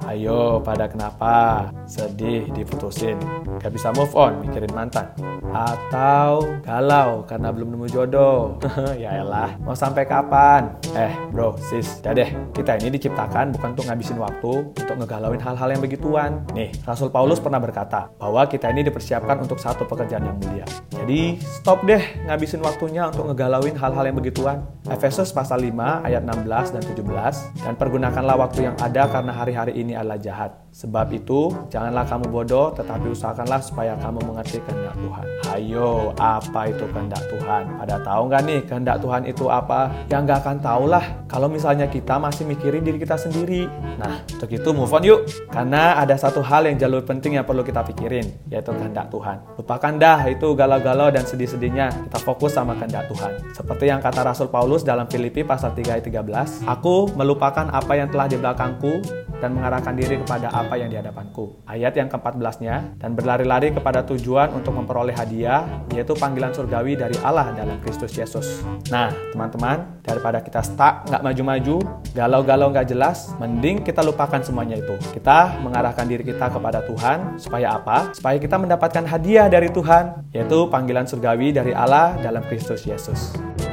Ayo, pada kenapa? Sedih, diputusin, gak bisa move on, mikirin mantan. Atau galau karena belum nemu jodoh. Ya elah, mau sampai kapan? Bro, sis, udah deh. Kita ini diciptakan bukan untuk ngabisin waktu untuk ngegalauin hal-hal yang begituan. Nih, Rasul Paulus pernah berkata bahwa kita ini dipersiapkan untuk satu pekerjaan yang mulia. Jadi, stop deh ngabisin waktunya untuk ngegalauin hal-hal yang begituan. Efesus pasal 5 ayat 16 dan 17. Dan pergunakanlah waktu yang ada karena hari-hari ini adalah jahat. Sebab itu, janganlah kamu bodoh, tetapi usahakanlah supaya kamu mengerti kehendak Tuhan. Hayo, apa itu kehendak Tuhan? Pada tahu nggak nih kehendak Tuhan itu apa? Yang nggak akan tahu lah kalau misalnya kita masih mikirin diri kita sendiri. Nah, untuk itu move on yuk. Karena ada satu hal yang jauh lebih penting yang perlu kita pikirin, yaitu kehendak Tuhan. Lupakan dah itu galau-galau dan sedih-sedihnya. Kita fokus sama kehendak Tuhan. Seperti yang kata Rasul Paulus dalam Filipi pasal 3 ayat 13, aku melupakan apa yang telah di belakangku dan mengarahkan diri kepada apa yang di hadapanku. Ayat yang ke-14-nya, dan berlari-lari kepada tujuan untuk memperoleh hadiah, yaitu panggilan surgawi dari Allah dalam Kristus Yesus. Nah, teman-teman, daripada kita stuck, nggak maju-maju, galau-galau nggak jelas, mending kita lupakan semuanya itu. Kita mengarahkan diri kita kepada Tuhan, supaya apa? Supaya kita mendapatkan hadiah dari Tuhan, yaitu panggilan surgawi dari Allah dalam Kristus Yesus.